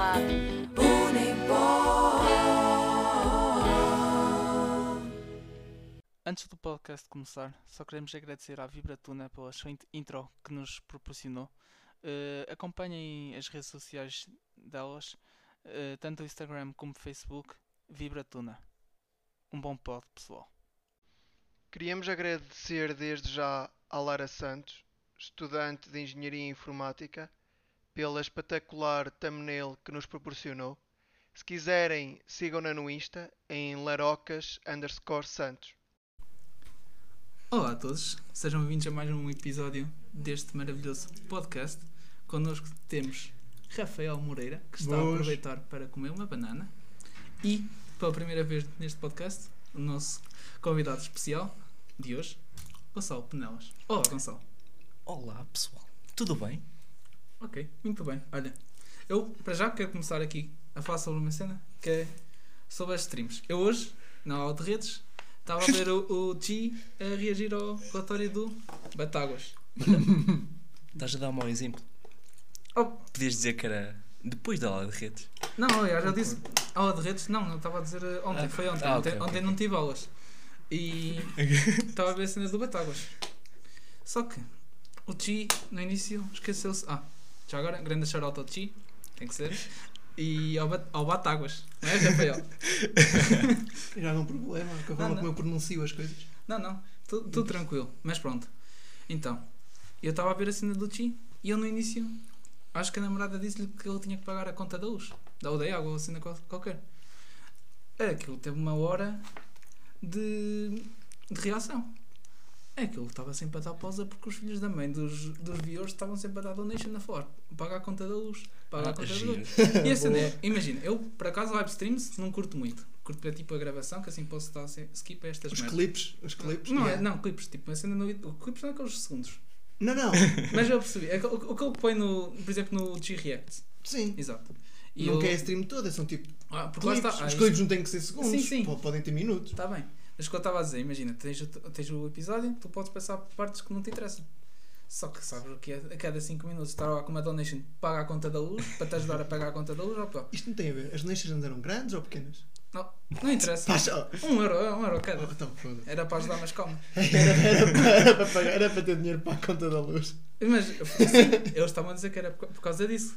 está tudo em pó. Antes do podcast começar, só queremos agradecer à Vibratuna pela excelente intro que nos proporcionou. Acompanhem as redes sociais delas, tanto o Instagram como o Facebook, Vibratuna. Um bom pod, pessoal. Queríamos agradecer desde já à Lara Santos, estudante de Engenharia Informática, pela espetacular thumbnail que nos proporcionou. Se quiserem, sigam-na no Insta em larocas_santos. Olá a todos, sejam bem-vindos a mais um episódio deste maravilhoso podcast. Connosco temos Rafael Moreira, que está a aproveitar para comer uma banana. E, pela primeira vez neste podcast, o nosso convidado especial de hoje, Gonçalo Penelas. Olá, Gonçalo. Olá, pessoal. Tudo bem? Ok, muito bem. Olha, eu para já quero começar aqui a falar sobre uma cena que é sobre as streams. Eu hoje, na aula de redes, estava a ver o G a reagir ao relatório do Batáguas. Estás a dar um mau exemplo. Oh, Podias dizer que era depois da aula de redes. não, eu já disse aula de redes. Não estava a dizer ontem. Foi ontem. Ontem não tive aulas. E estava a ver a cena do Batáguas. Só que o G, no início, esqueceu-se. Já agora, grande shout-out ao G. Tem que ser. E ao Batáguas. Não é, Rafael? Já não há problema, com a forma como eu pronuncio as coisas. Não. Tudo tranquilo. Mas pronto. Então, eu estava a ver a cena do G. E eu no início, acho que a namorada disse-lhe que ele tinha que pagar a conta da luz. Da água ou a cena qualquer. Aquilo teve uma hora de reação. Aquilo estava sempre a dar pausa porque os filhos da mãe dos viewers estavam sempre a dar donation a falar. Paga a conta da luz. Paga a conta da luz. E a cena é, imagina, eu por acaso live streams não curto muito. Curto para tipo a gravação, que assim posso dar skip a estas merdas. Os clipes. Não, clipes, tipo, a cena no clipes não é aqueles segundos. Não. Mas eu percebi. O que ele põe no, por exemplo, no G-React. Sim. Exato. E não quer a stream toda, são tipo porque lá clipes. está. Os clipes não têm que ser segundos, Sim. podem ter minutos. Está bem. Mas o que eu estava a dizer, imagina, tens o episódio, tu podes passar por partes que não te interessam. Só que sabes o que é? A cada 5 minutos estar lá com uma donation, paga a conta da luz, para te ajudar a pagar a conta da luz, opa. Isto não tem a ver. As donations eram grandes ou pequenas? Não interessa. €1 cada. Então, foda-se. Era para ajudar, mas calma. Era para ter dinheiro para a conta da luz. Mas, sim, eles estavam a dizer que era por causa disso.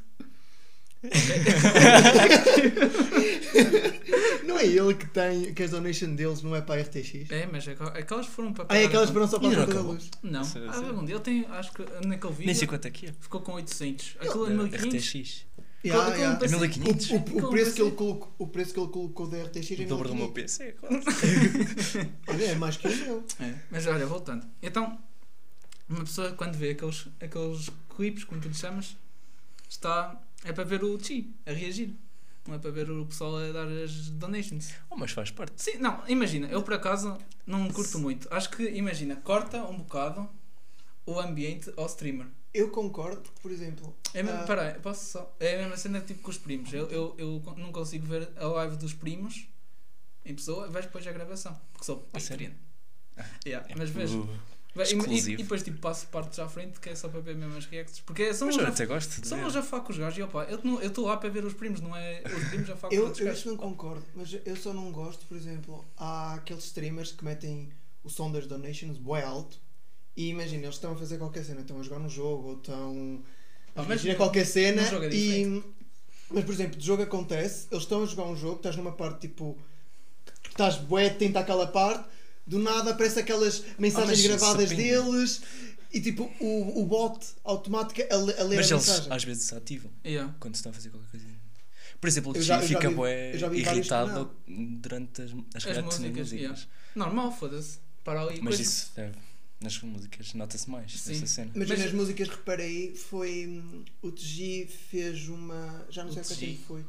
Não é ele que tem, que as donations deles não é para a RTX? É, mas aquelas foram para pagar. Aquelas foram só para a Ainda conta não da acabou. luz? Não, algum dia ele tem, acho que naquele vídeo Nem sei quanto é que é. ficou com 800. Aquilo é 1500. RTX. Yeah. É 1500. O preço que ele colocou da RTX é O dobro do meu 1500. PC, claro. Olha, é mais que o meu. É, mas olha, voltando. Então, uma pessoa quando vê aqueles clipes, como tu lhe chamas, é para ver o Chi a reagir. Não é para ver o pessoal a dar as donations. Mas faz parte. Sim, não, imagina, eu por acaso não curto muito. Acho que, imagina, corta um bocado o ambiente ao streamer. Eu concordo, porque, por exemplo... É mesmo, peraí, posso só... É a mesma cena tipo com os primos. Eu não consigo ver a live dos primos em pessoa, vejo depois a gravação. Porque sou pequeno. Mas vejo. E depois tipo passo partes à frente que é só para ver mesmo as reacts. Porque são mas eu até gosto de são ver. eles a falar com os gajos e opa, eu estou lá para ver os primos, não é os primos a falar com os outros Eu gajos. isso não concordo, mas eu só não gosto, por exemplo, há aqueles streamers que metem o som das donations bué alto e imagina, eles estão a fazer qualquer cena, estão a jogar um jogo ou estão a reagir a qualquer cena mas por exemplo, de jogo acontece, eles estão a jogar um jogo, estás numa parte tipo estás bué atento àquela parte, do nada aparece aquelas mensagens gravadas deles e tipo o bot automático a ler mas a eles mensagem. às vezes desativam quando estão a fazer qualquer coisa. Por exemplo, o Eu Chi já fica vi bué As irritado durante as músicas. Normal, foda-se. Para ali Mas isso nas músicas nota-se mais essa cena. Mas nas músicas reparei foi o TG fez uma, já não sei quanto tempo foi.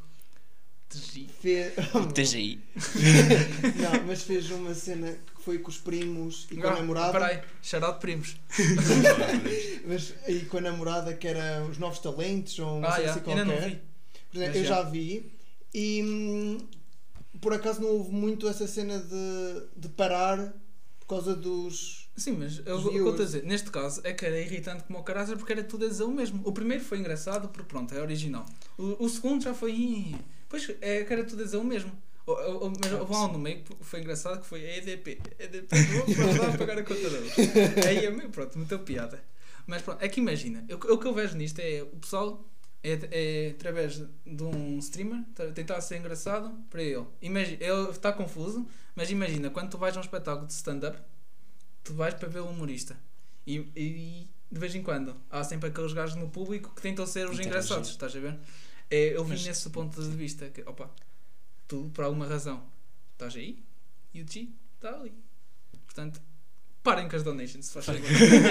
O TGI. Não, mas fez uma cena que foi com os primos e com a namorada. Peraí, shout-out primos. Mas aí com a namorada que era os novos talentos ou não sei se qualquer. Ainda não vi. Por exemplo, eu já vi e por acaso não houve muito essa cena de parar por causa dos... Sim, mas o que eu estou a dizer, neste caso é que era irritante como o caralho porque era tudo a dizer o mesmo. O primeiro foi engraçado porque pronto, é original. O segundo já foi. Pois é que era tudo a dizer o mesmo. Mas houve lá um no meio que foi engraçado que foi a EDP. EDP vou lá pagar a conta deles. Aí pronto, meteu piada. Mas pronto, é que imagina, o que eu vejo nisto é o pessoal é através de um streamer tentar ser engraçado para ele. Imagina, ele está confuso, mas imagina, quando tu vais a um espetáculo de stand-up, tu vais para ver o humorista. E de vez em quando há sempre aqueles gajos no público que tentam ser os engraçados, estás a ver? Eu vi nesse ponto de vista que, opa, tu por alguma razão estás aí e o Chi está ali. Portanto, parem com as donations, se faz favor.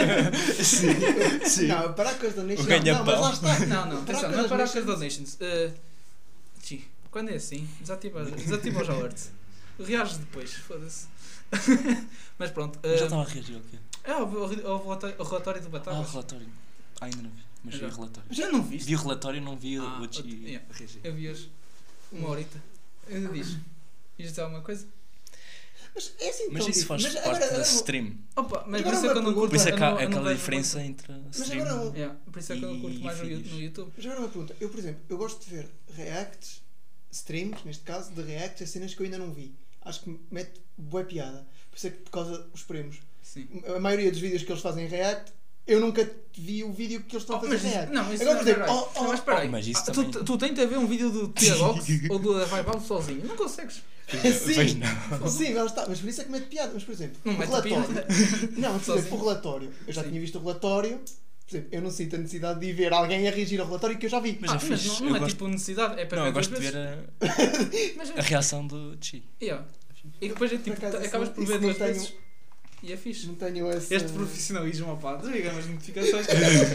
Sim. Não, parar com as donations. Não, mas lá está. Não, atenção, não parar com as donations. Chi, quando é assim, desativa os alerts. Reages depois, foda-se. Mas pronto. Já estava a reagir ao quê? O relatório do Batata. O relatório. Ainda não vi, mas vi o relatório. Já não viste? Vi o relatório, não vi o Chi reagir. Eu vi hoje uma horita. Eu disse, ias dizer alguma coisa? Mas é assim Mas tão isso faz difícil. parte da stream. Opa, mas Agora por isso é que eu não curto. Por isso é que há eu não aquela vejo diferença muito. entre Mas stream. agora Por isso é que eu não curto E mais no vídeos. YouTube. Já agora uma pergunta. Eu, por exemplo, eu gosto de ver reacts, streams, neste caso, de reacts a cenas que eu ainda não vi. Acho que mete boa piada. Por isso é que por causa dos primos. Sim. A maioria dos vídeos que eles fazem em react, eu nunca vi o vídeo que eles estão a fazer Mas react. não, isso Agora, não por exemplo, é mas espera aí. mas isso Tu- também- Tu tenta ver um vídeo do Tiagox ou do Vai sozinho. Não consegues. Sim, Pois não. sim, lá está. Mas por isso é que mete piada. Mas, por exemplo, Não o mete relatório. piada. Não, por Sozinho. exemplo, o relatório. Eu já Sim. tinha visto o relatório. Por exemplo, eu não sinto a necessidade de ir ver alguém a reagir ao relatório que eu já vi. Mas é Mas fixe. não Eu é gosto- tipo necessidade. É para Não, eu ver gosto duas de vezes. ver Mas a reação do Chi. yeah. E depois é Por tipo, acaso, acabas isso por não- ver isso não duas tenho- vezes. E é fixe. Não tenho essa... Este profissionalismo, opá, desliga as notificações.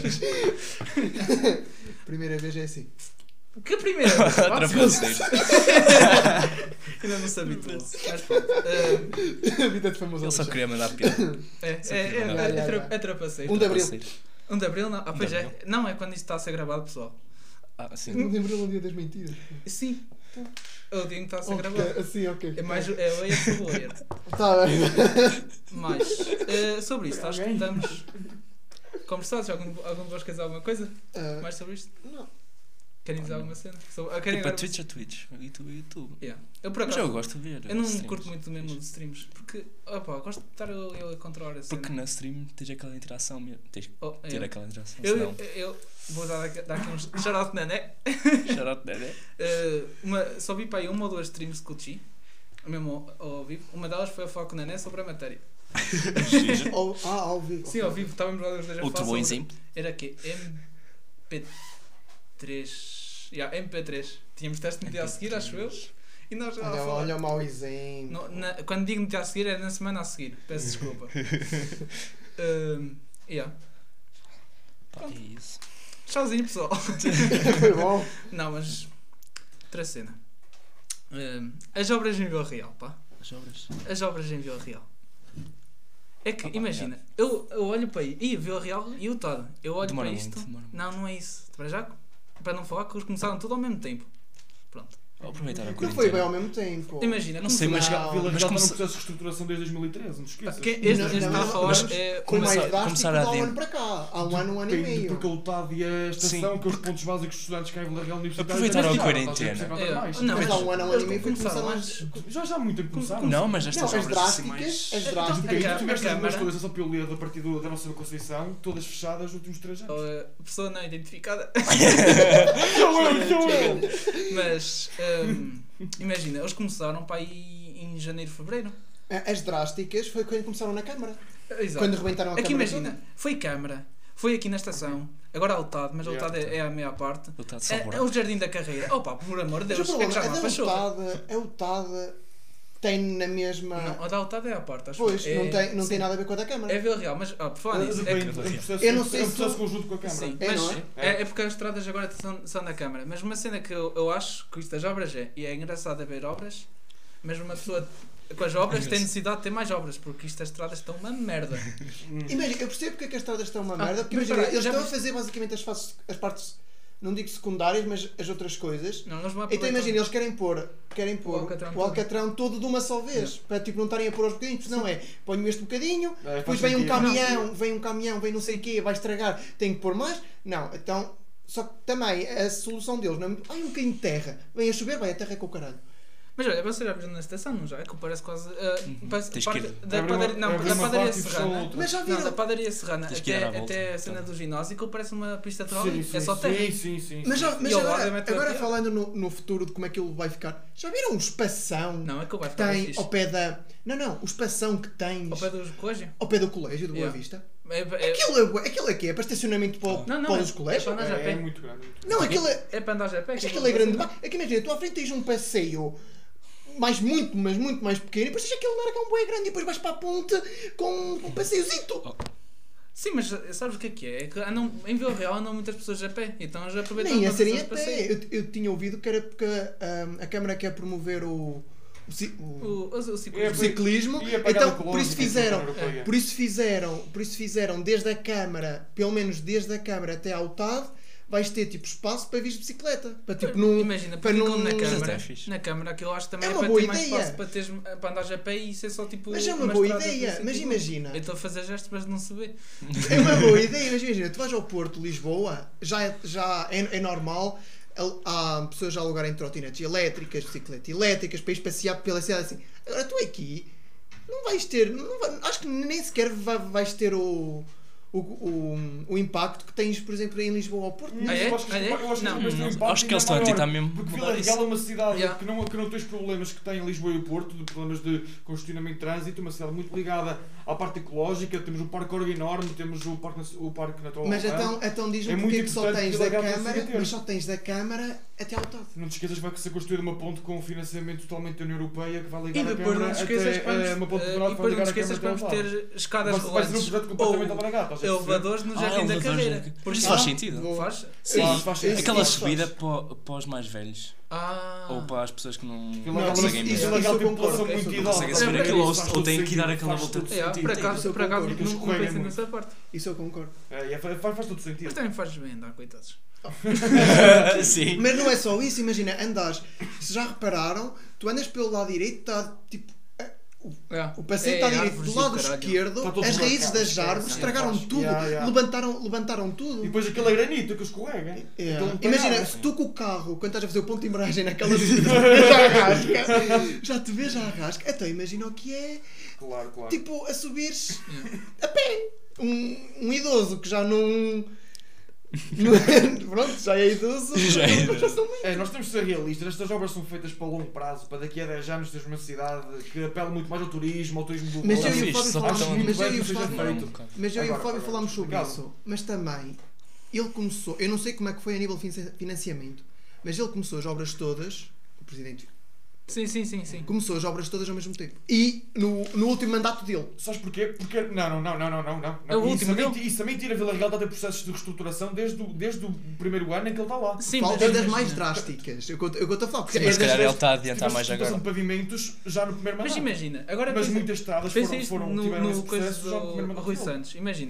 Primeira vez é assim. Que primeira vez? Vá, Trapaceiro. ainda não se habituou. Mas pronto. A vida de famoso. Ele só queria mandar piada. É trapaceiro. 1 de Abril. Trapaceiro. 1 de Abril, não. Ah, pois de é. Abril. Não, é quando isto está a ser gravado, pessoal. Ah, sim. 1 de Abril é um dia das mentiras. Sim. É o dia em que está a ser Ok, gravado. assim, ok. É mais é o layer sobre o layer. Tá bem. Mas, sobre isto, acho que estamos conversados. Algum de vós quer dizer alguma coisa Ah, mais sobre isto? não. Querem dizer alguma cena? Querem Tipo, a agora- Twitch a Twitch. YouTube a YouTube. Yeah. Eu por Mas acaso, eu gosto de ver. eu não streams. curto muito mesmo de streams. Porque, opa, gosto de estar eu a controlar a cena. Porque na stream tens aquela interação mesmo. Tens que Oh, ter aquela interação. eu, Senão. eu vou dar aqui uns shout-out de Nané. Shout out, né? Só vi para aí uma ou duas streams de Cuchi, mesmo ao vivo. Uma delas foi a falar com o Nané sobre a matéria. Ao vivo. Sim, ao vivo, estávamos lá os dois a Outro falar bom sobre- exemplo. Era que MP3. MP3. Tínhamos teste no dia a seguir, acho eu. E nós já a falar. Olha o mau exemplo. Quando digo no dia a seguir, é na semana a seguir. Peço desculpa. Yeah. Pá, é isso. Tchauzinho, pessoal. Foi bom. Não, mas. Outra cena. As obras em Vila Real, pá. As obras. As obras em Vila Real. É que, Ah, pá, imagina, eu olho para aí, Vila Real e o Tado. Eu olho Demora para isto. muito, demora muito. Não é isso. Para não falar que eles começaram tudo ao mesmo tempo. Pronto. Vou aproveitar a Não foi bem quarentena. ao mesmo tempo. Imagina, Não sei, mas Não, Vila mas Real está como num se- processo de reestruturação desde 2013, não te esqueças. este Não, está a não, falar mas é Foi mais Começar- drástico começar há a um dentro. ano para cá. Há um ano e meio. Porque a UTAD e a estação, Sim. que é os pontos básicos dos estudantes cá em Vila Real Universitária. Aproveitar já a está, quarentena. estás a ver, sempre a dar mais. Não, Mas há um ano e eles meio foi que começaram começaram antes. Já há muito tempo começaram. Não, mas estas Não, as obras assim drásticas. mais... As Então, drásticas. Tu a tiveste as Câmara- duas coisas a São Pio Ledo a partir da nossa Conceição, todas fechadas nos últimos 3 anos. Pessoa não identificada. Sou eu! Mas imagina, eles começaram para aí em janeiro, fevereiro. As drásticas foi quando começaram na Câmara. Exato. Quando rebentaram a Aqui Câmara. imagina, foi Câmara, foi aqui na estação, agora há o TAD, mas o Yeah. TAD é a meia parte. Eu estou de É o Jardim da Carreira. Opa, por amor de Mas Deus, o é que problema já é não há da pachorra. UTAD. A UTAD tem na mesma. Não, a da UTAD é a parte, acho Pois, que não sim. tem nada a ver com a da Câmara. É Vila Real, mas por falar nisso, é que... Eu não sei é um se processo tu- conjunto com a Câmara. Sim, É, mas não é? é porque as estradas agora são da Câmara. Mas uma cena que eu acho que isto das obras é, e é engraçado ver obras, mas uma pessoa com as obras tem necessidade de ter mais obras, porque isto as estradas estão uma merda. Imagina, eu percebo porque é que as estradas estão uma merda, porque mas imagina, espera, eles já estão a viste- fazer basicamente as partes, não digo secundárias, mas as outras coisas. Não, eles vão Então aproveitar. imagina, eles querem pôr Alcatrão o todo. Alcatrão todo de uma só vez, para tipo não estarem a pôr aos bocadinhos, porque não é, ponho este bocadinho, É, depois faz vem um sentido. caminhão, vem não sei o quê, vai estragar, tenho que pôr mais. Não, então Só que também a solução deles não é muito. Ai, um bocadinho de terra. Vem a chover, vai a terra é com o caralho. Mas olha, você já viu na estação, não já? É que parece quase. Parece Tens parte que ir. da padaria, não, da padaria Serrana. Mas já Não, viram? da padaria Serrana Tens que ir dar a volta. até a cena do ginásio, que parece uma pista de Sim, rally. sim, É só terra. sim. Mas, E ao lado é metro agora aqui. falando no futuro de como é que ele vai ficar, já viram o espação Não, é que vai que ficar bem tem fixe. ao pé da. Não, o espação que tens Ao pé do colégio. ao pé do colégio do Boa Yeah. Vista? É Aquilo aqui é para estacionamento para, Não, para é- os colégios? é para andar a pé. É muito grande. Não, aquilo é. É para andar a pé. Mas aquilo é grande demais. É que imagina, tu à frente tens um passeio mas muito mais pequeno, e depois tens aquele lugar que é um bué grande, e depois vais para a ponte com um passeiozito. Sim, mas sabes o que é? É que em Vila Real andam muitas pessoas a pé. Então já aproveitam Nem a para serem fazer a os pé. passeios. Eu tinha ouvido que era porque a Câmara quer promover o O ciclismo. ciclismo, E a pegada então por isso ecológica fizeram, da União Europeia. por isso fizeram desde a Câmara, pelo menos desde a Câmara até ao TAD, vais ter tipo espaço para vir de bicicleta, para tipo não, Imagina, para porque não, como na Mas até é Câmara, fixe. na Câmara aquilo acho que também É é, uma para boa ter mais ideia. espaço para andares a pé e isso é só tipo. Mas é uma umas boa estradas ideia, assim, mas tipo, imagina. Eu estou a fazer gestos, mas não se vê. É uma boa ideia, mas imagina, tu vais ao Porto, Lisboa, já é normal. Há pessoas a alugarem trotinetes elétricas, bicicletas elétricas, para ir passear pela cidade assim. Agora tu aqui não vais ter, acho que nem sequer vais ter o impacto que tens, por exemplo, em Lisboa ou Porto. Ah, é? Eu acho que Ah, é? eu acho que Não, mas tem um não, impacto acho que eles ainda estão a tentar maior, mesmo Porque mudar Vila isso. Real é uma cidade Yeah. que não tem os problemas que tem Lisboa e o Porto, de problemas de congestionamento de trânsito, uma cidade muito ligada à parte ecológica, temos um parque enorme, temos o parque natural. Mas então diz-me É porque muito é que só importante tens que da Vila Real Câmara, consiga ter. mas só tens da Câmara até ao TAD. Não te esqueças, vai ser construída uma ponte com financiamento totalmente da União Europeia que vai ligar E a depois não Câmara te esqueças que até vamos, uma ponte e de vai depois não ligar te a Câmara esqueças que até ao vamos lado. ter escadas Vai ser um rolantes projeto completamente ou alagado, estás a perceber? elevadores no Jardim da elevadores, Carreira. ok. Por Isso isso faz não. sentido. Faz? Sim, faz sentido. Aquela Sim, subida faz. para os mais velhos. Ah. Ou para as pessoas que não Vila Real conseguem isso mesmo. é legal, eu tem concordo, população isso muito eu idosa. concordo. Conseguem subir É, aquilo Isso faz ou todo têm que dar sentido, aquela faz volta todo de É, sentido. por Isso acaso, eu por acaso concordo, que não escorrega pensei muito. nessa parte. Isso eu concordo. Faz todo sentido. Mas também fazes bem andar, coitados. Sim. Mas não é só isso, imagina, andas, se já repararam, tu andas pelo lado direito, está tipo. O passeio está direito do lado esquerdo, Está todo as raízes marcado, das árvores esquece, estragaram faz. tudo, Yeah. levantaram tudo. E depois aquele é granito que escorrega. É. Aquele Imagina, impecável. se tu com o carro, quando estás a fazer o ponto de embreagem naquela subida, já te vês à rasca. Então imagina o que é, Claro. tipo, a subires a pé. Um idoso que já não. Pronto, já é idoso. Já é idoso. Facilmente. Nós temos de ser realistas. Estas obras são feitas para longo prazo. Para daqui a 10 anos teres uma cidade que apela muito mais ao turismo do Mas eu valor. e o Fábio falámos- Acho muito mas eu bem e que o seja Fábio- feito. Mas eu e o Agora, Fábio falámos sobre obrigado. isso. Mas também, ele começou, eu não sei como é que foi a nível de financiamento, mas ele começou as obras todas, o Presidente Sim. começou as obras todas ao mesmo tempo. E no último mandato dele. Sabes porquê? Porque. Não. É o último Isso também tira Vila Real está a ter processos de reestruturação desde o primeiro ano em que ele está lá. Sim, Falta mas das imagina. mais drásticas. Eu estou a falar. Porque Mas se calhar ele está a Tiveste adiantar mais reestruturação agora. de pavimentos já no primeiro Mas mandato. imagina, agora Mas pensa- muitas estradas pensa tiveram isto esse no coisa processo já no primeiro do mandato Rui dele. Santos. Imagina,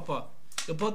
ele pode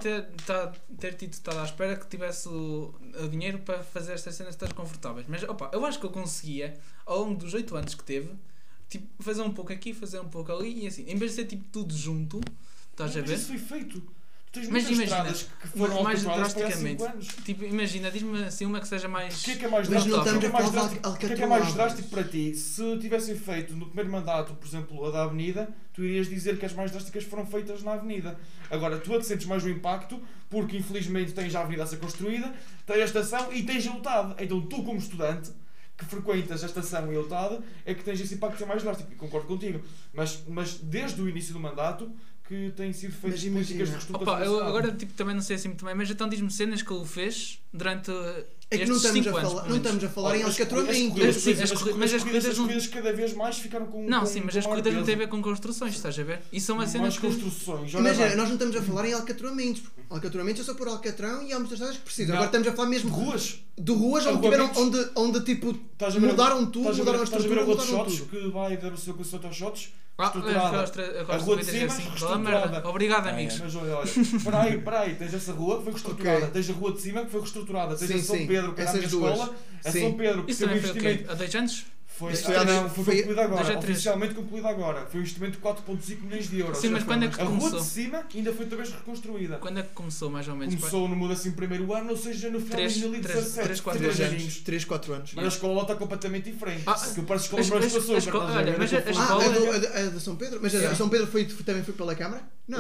ter tido estado à espera que tivesse o dinheiro para fazer estas cenas todas confortáveis. Mas eu acho que eu conseguia, ao longo dos 8 anos que teve, tipo, fazer um pouco aqui, fazer um pouco ali e assim. Em vez de ser tipo tudo junto, estás a Mas ver? isso foi feito. Tu tens Mas muitas imagina, estradas que foram mais alteradas para há drasticamente. 5 anos. Tipo, imagina, diz-me assim uma que seja mais. O que é que é mais Mas drástico? não estamos O que é a mais falar de drástico? O que é que é mais alcatroadas. drástico para ti? Se tivessem feito no primeiro mandato, por exemplo, a da Avenida, tu irias dizer que as mais drásticas foram feitas na Avenida. Agora, tu é que sentes mais o impacto, porque infelizmente tens a Avenida a ser construída, tens a estação e tens a UTAD. Então tu, como estudante, que frequentas a estação e a UTAD, é que tens esse impacto que é mais drástico. E concordo contigo. Mas desde o início do mandato, que têm sido feitas Mas políticas de imagina. reestruturação Opa, da eu cidade. agora tipo, também não sei assim muito bem, mas então diz-me cenas que ele fez durante É que não estes estamos, 5 a anos. falar, pelo não menos. estamos a falar em As alcatroamento. corridas- Sim, as corridas não- corridas cada vez mais ficaram com Não, com- sim, mas com as maior corridas não peso. têm a ver com construções, estás a ver? Isso são as cenas Mais que... construções. Ora Imagina, bem. nós não estamos a falar em alcatroamentos. Alcatroamentos é só por alcatrão e há muitas estradas que precisam. Não. Agora estamos a falar mesmo De ruas. de ruas onde, tiveram, Arruamentos. onde tipo Estás a ver mudaram tudo, estás a ver- mudaram a estás a ver estrutura, a rua de mudaram shots tudo. que vai dar o seu conceito aos shots? Ah, Estruturada. aquelas A rua de corridas cima, assim, dá reestruturada. merda. Obrigado, Ah, amigos. é. Mas olha, peraí, tens essa rua que foi reestruturada, Ok. tens a rua de cima que foi reestruturada, tens Sim, a São sim. Pedro, que era a minha Essas duas. escola, a Sim. São Pedro que Isso teve um também foi o quê? investimento. Há 2 anos? Foi, Isso foi concluído agora, 2 a 3. oficialmente concluído agora. Foi um investimento de 4,5 milhões de euros. Sim, mas quando é que A rua começou? de cima ainda foi outra vez reconstruída. Quando é que começou, mais ou menos? Começou no mundo assim primeiro ano, ou seja, no final de 2017. 4 Três anos. aninhos. 3, 4 anos. Mas a escola lá está completamente diferente. Ah, Aquilo parece escola mas- para as mas- pessoas. a escola- olha, mas a Ah, escola- a de São Pedro? Mas a Sim. de São Pedro também foi pela Câmara? Não.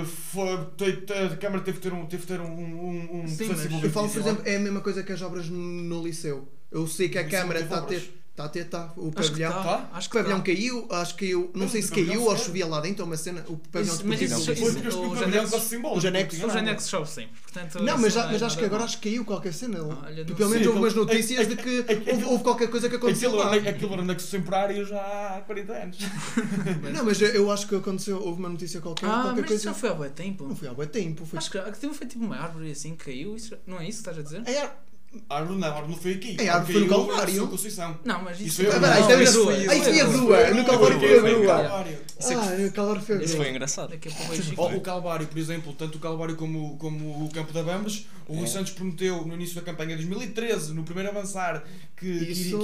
A Câmara teve que ter um Sim, defensivo mas- de Eu falo, por justiça lá. exemplo, é a mesma coisa que as obras no Liceu. Eu sei que a O Liceu Câmara teve está a obras? ter. Está. O Acho que pavilhão. está. Tá? Acho O que pavilhão está. caiu, acho que caiu. Não Mas sei o se pavilhão caiu ou foi. chovia lá dentro uma cena. O pavilhão Isso- mas desportivo isso- não isso- caiu. Foi porque os o pavilhão anexos- quase simbólico. os anexos- não Os tinha nada. anexos chove sempre. Portanto, Não, isso mas é acho nada que agora bom. acho que caiu qualquer cena. Olha, não Pelo menos sei. houve umas notícias de que houve qualquer coisa que aconteceu lá. Aquilo era anexo temporário já há 40 anos. Não, mas eu acho que aconteceu, houve uma notícia qualquer Ah, mas isso coisa. já foi há bué tempo. Não foi há bué tempo. Foi... Acho que foi tipo uma árvore assim que caiu. Não é isso que estás a dizer? A árvore não foi aqui. É, a árvore foi no Caiu Calvário. São Conceição. Não, mas Isso isso foi Ah, a peraí, grua. isto é Isso grua. foi- Ah, isto foi a isso grua. foi- No Calvário foi a foi- grua. Calvário. Ah, o Calvário foi a Isso foi grua. engraçado. Daqui a pouco vejo O Calvário, por exemplo, tanto o Calvário como o Campo da Bambas, o Rui É. Santos prometeu no início da campanha de 2013, no primeiro avançar, que Isso-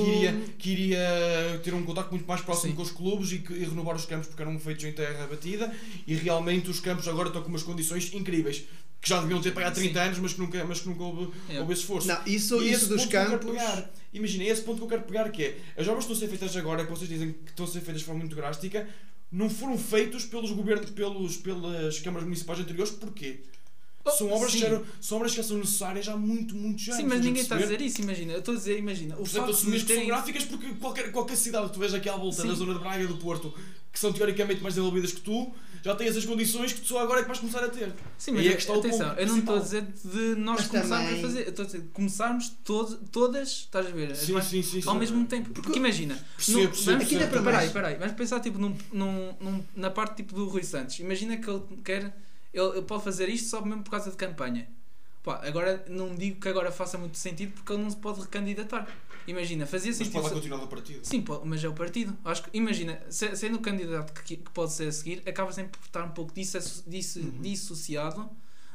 iria ter um contacto muito mais próximo Sim. com os clubes e renovar os campos porque eram feitos em terra batida, e realmente os campos agora estão com umas condições incríveis, que já deviam ter para há 30 anos, mas que nunca houve esse esforço. Não, isso E esse dos ponto que eu quero campos. pegar, imagina, esse ponto que eu quero pegar que é, as obras que estão a ser feitas agora, que vocês dizem que estão a ser feitas de forma muito drástica, não foram feitos pelos governos, pelas câmaras municipais anteriores, porquê? São obras, sim. são obras que já são necessárias há muito anos. Sim, mas ninguém está a dizer isso, imagina. Eu estou a dizer, imagina. O Portanto, facto assumir de que são terem... gráficas porque qualquer cidade que tu vejas aqui à volta Sim. da zona de Braga e do Porto, que são teoricamente mais desenvolvidas que tu, já têm essas condições que tu só agora é que vais começar a ter. Sim, E mas aí é que está o atenção, ponto eu não estou a principal. dizer de nós Mas começarmos também- a fazer. Eu estou a dizer de começarmos todas, estás a ver? As Sim, mais- sim, sim. ao sim. mesmo tempo. Porque imagina, Percebo, no- percebo, vamos, Aqui ainda percebo. para mais. peraí, vamos pensar tipo na parte tipo do Rui Santos. Imagina que ele quer, ele pode fazer isto só mesmo por causa de campanha. Pá, agora não digo que agora faça muito sentido porque ele não se pode recandidatar. Imagina, fazia Mas sentido. pode lá continuar do partido. Sim, mas é o partido. Acho que, imagina, sendo o candidato que pode ser a seguir, acaba sempre por estar um pouco dissociado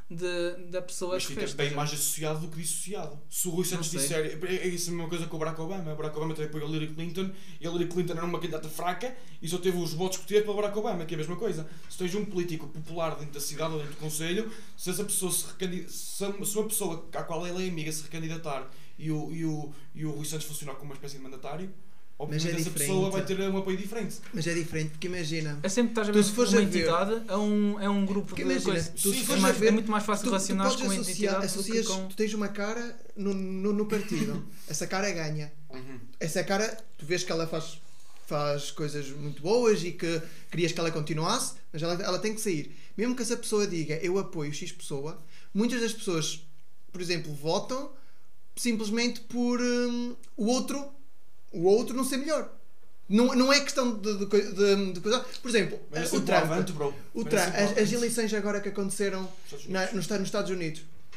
da pessoa Mas que fica fez. bem estás a ver? mais associado do que dissociado. Se o Rui Santos sei. disser. É isso a mesma coisa com o Barack Obama. O Barack Obama também apoiou a Hillary Clinton e a Hillary Clinton era uma candidata fraca e só teve os votos que teve para o Barack Obama, que é a mesma coisa. Se tens um político popular dentro da cidade ou dentro do conselho, se essa pessoa se uma pessoa à qual ele é amiga se recandidatar e o Rui Santos funcionar como uma espécie de mandatário, obviamente essa diferente. pessoa vai ter um apoio diferente. Mas é diferente, porque imagina. É sempre que estás a Tu, ver se fores uma a ver- entidade, é um grupo Porque de imagina, coisas. tu Sim, se é fores a mais- ver, é muito mais fácil tu relacionar podes com a associar, entidade do que associas, com... tu tens uma cara no partido, essa cara ganha. Essa cara, tu vês que ela faz coisas muito boas e que querias que ela continuasse, mas ela tem que sair. Mesmo que essa pessoa diga eu apoio X pessoa, muitas das pessoas, por exemplo, votam simplesmente por o outro não ser melhor. Não é questão de coisa. Por exemplo, Mas o é Trump. avante, bro. O Mas Trump, é sempre as avante. eleições agora que aconteceram nos Estados Unidos,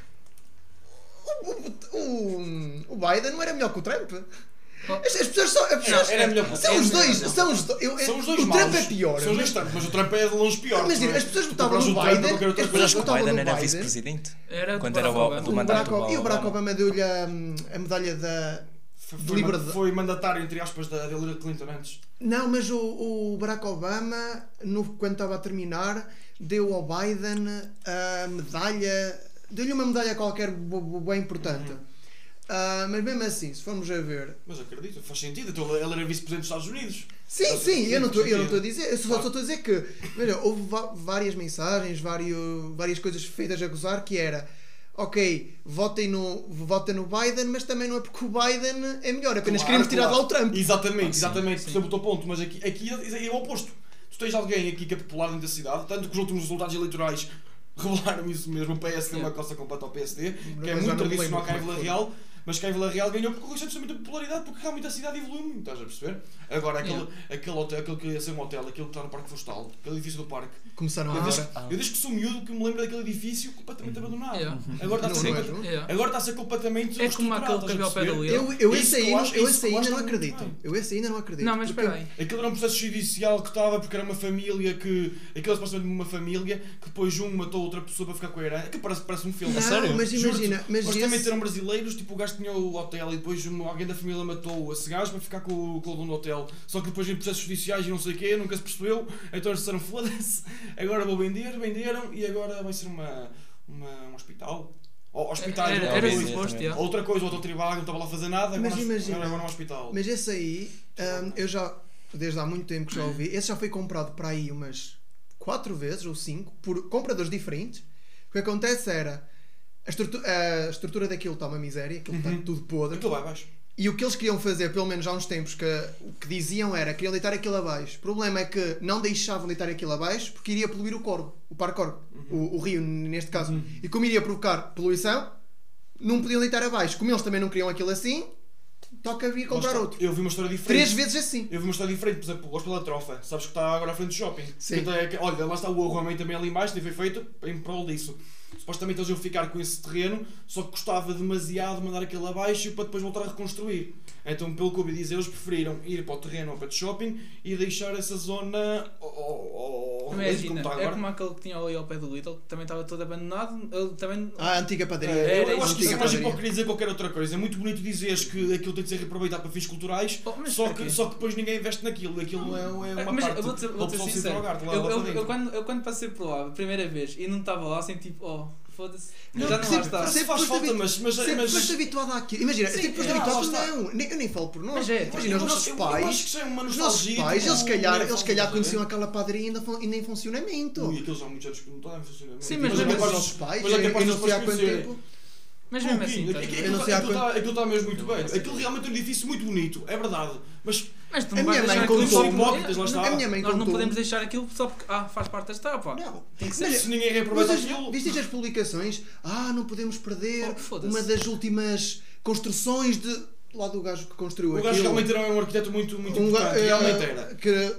o Biden não era melhor que o Trump. As pessoas são. Era melhor que o São Trump. os dois. São os dois o Trump é pior. São os dois Trump, mas o Trump é de longe pior. Mas não é? as pessoas Tu votavam compras no o Trump, Biden. eu quero outra As coisa. pessoas Mas o votavam Biden no era Biden. vice-presidente. Era Quando do era Barack o- Obama. do mandato do E o Barack Obama. Obama deu-lhe a medalha de liberdade. Foi mandatário, entre aspas, da Hillary Clinton antes. Não, mas o Barack Obama, quando estava a terminar, deu ao Biden a medalha. Deu-lhe uma medalha qualquer bem importante. Mas mesmo assim, se formos a ver. Mas acredito, faz sentido. Então ele era vice-presidente dos Estados Unidos. Sim, eu não estou a sentido. dizer. Eu só estou a dizer que veja, houve várias mensagens, várias coisas feitas a gozar que era. Ok, votem no Biden, mas também não é porque o Biden é melhor, apenas queremos tirar de lá o Trump. Exatamente, sim. percebo o teu ponto, mas aqui é o oposto. Tu tens alguém aqui que é popular dentro da cidade, tanto que os últimos resultados eleitorais revelaram isso mesmo, o PS tem uma costa completa ao PSD, que é Mas já muito não me tradicional lembro cá em como é Vila que Real, mas cá em Vila Real ganhou porque o Rui Santos tem muita popularidade, porque realmente a cidade evolui muito, estás a perceber? Agora, aquele hotel, aquele que ia ser um hotel, aquele que está no Parque Florestal, aquele edifício do parque, Começaram a eu desde que sou miúdo que me lembro daquele edifício completamente abandonado. Yeah. Agora está a ser Não é, completamente- não? Yeah. agora está a ser completamente É como aquele reestruturado, que havia ao pé estás a do perceber? Lidl. Eu Isso esse que eu ainda, acho- eu isso esse que eu ainda acho não muito acredito. bem. Eu esse ainda não acredito. Não, mas porque- espera aí. Aquilo era um processo judicial que estava porque era uma família que. Aquilo era supostamente uma família que depois matou outra pessoa para ficar com a herança. Que parece um filme. Não, sério? mas Juro-te. imagina, mas Eles também esse- eram brasileiros, tipo o gajo que tinha o hotel e depois alguém da família matou esse gajo para ficar com o dono do hotel. Só que depois em processos judiciais e não sei o quê, nunca se percebeu. Então eles disseram, foda-se, agora vou vender, venderam e agora vai ser um hospital. Ou hospitais, Era Sim, suposto, também. já. outra coisa, outro tribal, não estava lá a fazer nada, Mas agora, imagina- agora é um hospital. Mas esse aí, eu já, desde há muito tempo que já ouvi, esse já foi comprado para aí umas 4 vezes ou 5 por compradores diferentes. O que acontece era a estrutura daquilo está uma miséria, aquilo está tudo podre. Aquilo vai abaixo. E o que eles queriam fazer, pelo menos há uns tempos, o que diziam era queriam deitar aquilo abaixo. O problema é que não deixavam deitar aquilo abaixo porque iria poluir o Corgo, o Parque Corgo, o rio neste caso. E como iria provocar poluição, não podiam deitar abaixo. Como eles também não queriam aquilo assim, toca vir comprar Lá está. outro. Eu vi uma história diferente. 3 vezes assim. Eu vi uma história diferente, por exemplo, gosto pela Trofa, sabes que está agora à frente do shopping. Sim. Olha, lá está o arruamento também ali embaixo, foi feito em prol disso. Supostamente eles iam ficar com esse terreno, só que custava demasiado mandar aquilo abaixo para depois voltar a reconstruir. Então, pelo que eu ouvi dizer, eles preferiram ir para o terreno ao pé de shopping e deixar essa zona como Imagina, está é agora. como aquele que tinha ali ao pé do Lidl, que também estava todo abandonado. Ele também. A antiga padaria. Era Eu isso, acho que isso é antiga mais padaria. hipocrisia dizer qualquer outra coisa. É muito bonito dizeres que aquilo tem de ser reaproveitado para fins culturais, Oh, mas só para que quê? depois ninguém investe naquilo. Aquilo é uma Mas parte eu vou-te do ser pessoal se sincero. drogar, lá Eu para dentro. quando passei por lá a primeira vez e não estava lá, assim tipo, oh, foda-se, Não, já não lá sempre- está. sempre faz foste falta, habi- mas Sempre foste habituado àquilo. Imagina, Sim, sempre foste é, lá habituado, está. não. Eu nem falo por nós. Mas é, Imagina, os nossos Eu acho pais. que isso é uma Os nossos nostalgia. pais, tipo, eles se calhar é conheciam falta, aquela padaria e nem em funcionamento. Ui, aqueles há muitos anos que não estão em funcionamento. Sim, Mas mas é é os capaz nossos pais, mas é capaz eu não de sei há depois quanto conhecerem. tempo. Mas mesmo assim, estás a ver? Eu não sei há quanto- Aquilo está mesmo muito bem. Aquilo realmente é um edifício muito bonito, é verdade. Mas Mas tu A não minha vais mãe deixar aquilo contou- só porque- hipócritas, lá está. A minha mãe Nós não contou. podemos deixar aquilo só porque faz parte da história, pá. Não. Tem que Mas- ser. se ninguém reaproveita Vocês aquilo. vistes as publicações? Não podemos perder Oh, foda-se. uma das últimas construções de lá do gajo que construiu O aquilo. gajo realmente era um arquiteto muito Um importante. ga- Realmente era.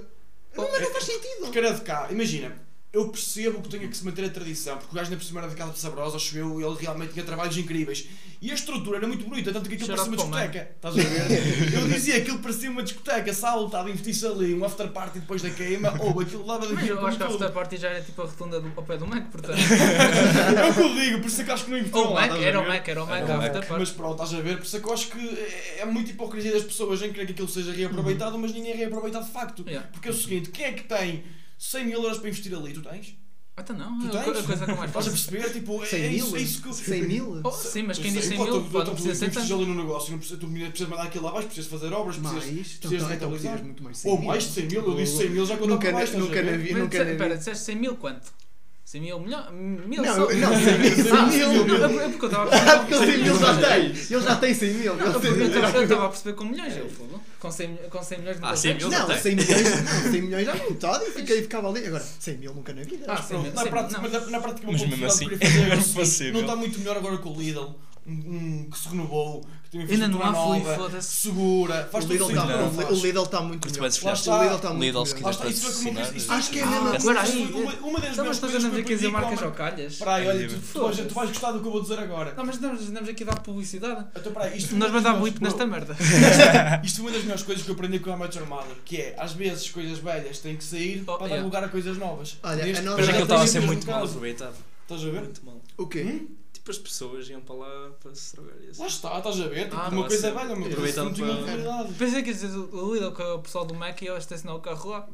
Mas não faz sentido. Porque era de cá. Imagina. Eu percebo que tenha que se manter a tradição, porque o gajo na por cima era daquela de saborosa, acho eu, e ele realmente tinha trabalhos incríveis. E a estrutura era muito bonita, tanto que aquilo Shout parecia uma out para o discoteca. Estás a ver? Eu dizia que aquilo parecia uma discoteca, sala, estava a investir-se ali, um after party depois da queima, ou aquilo lava Mas daquilo eu acho que a tudo. after party já era tipo a rotunda ao pé do Mac, portanto. É o que eu digo, por isso é que acho que não investiu Ou o lá. Mac, estás a era o ver? Mac, a Era o after Mas party. pronto, estás a ver? Por isso é que eu acho que é muito hipocrisia das pessoas em querer que aquilo seja reaproveitado, mas ninguém é reaproveitado de facto. Yeah. Porque é o seguinte, quem é que tem 100 mil euros para investir ali? Tu tens? Então não, Tu é a tens? coisa que eu mais Estás a faço. perceber? Tipo, 100 é mil? isso, é isso que eu... 100 mil? Oh, sim, mas quem Eu diz sei, 100 pô, mil, tu pode não precisa ser investes tanto. ali no negócio, tu precisas mandar aquilo abaixo, precisas fazer obras, Mais? precisas Então rentabilizar. precisas muito mais. 100 Ou mil. mais de 100 mil, eu disse 100 mil já contava Nunca, mais, estás a nunca ver? na vi, Mas nunca na vi. espera, disseste 100 mil quanto? 100 mil? Mil Não, só? não, 100 mil. 100 mil. É porque eu estava a Porque ele 100 mil já tem. Ele já tem 100 mil. eu estava a perceber com milhões, eu fogo. Com 100 milhões não 100 consegues. mil? Não, tem. 100 milhões, 100 milhões já não metade e ficava ali. Agora, 100 mil nunca na vida. Ah, Pronto, 100 na mil, prática, não. mas na prática uma Mas mesmo publicidade assim, que eu queria fazer era é o seguinte, impossível. não está muito melhor agora com o Lidl, que se renovou, que tem uma Ainda não infraestrutura há fui, nova, foda-se. segura, faz O todo Lidl sentido. não, não faz. o Lidl está muito Curto melhor. bem Lá desfiar. está. O Lidl está muito Lidl, se melhor. Lá quiser está, isso foi como patrocinar. Acho que é a mesma coisa. Espera aí. Uma das Então, melhores mas nós coisas andamos que aqui a dizer eu aprendi marcas com ao calhas. Espera aí, olha, Foda-se. tu vais gostar do que eu vou dizer agora. Não, mas andamos aqui a dar publicidade. Então, espera aí, isto foi Nós uma vamos das dar melhores- blip nesta merda. Isto foi uma das melhores coisas que eu aprendi com a Amateur Mother, que é, às vezes, coisas velhas têm que sair para dar yeah. lugar a coisas novas. Olha, Neste- a nova- Mas Já aquilo estava a neste ser mesmo muito mal caso. aproveitado. Estás a ver? Muito mal. O quê? Tipo, as pessoas iam para lá para se drogar e assim. Lá está, estás a ver? Tipo, Ah, uma tá coisa a ser velha, uma coisa que aproveitado não tinha para- utilidade. Pensei que ia dizer o Lidl com o pessoal do Mac e eu estacionar o carro lá.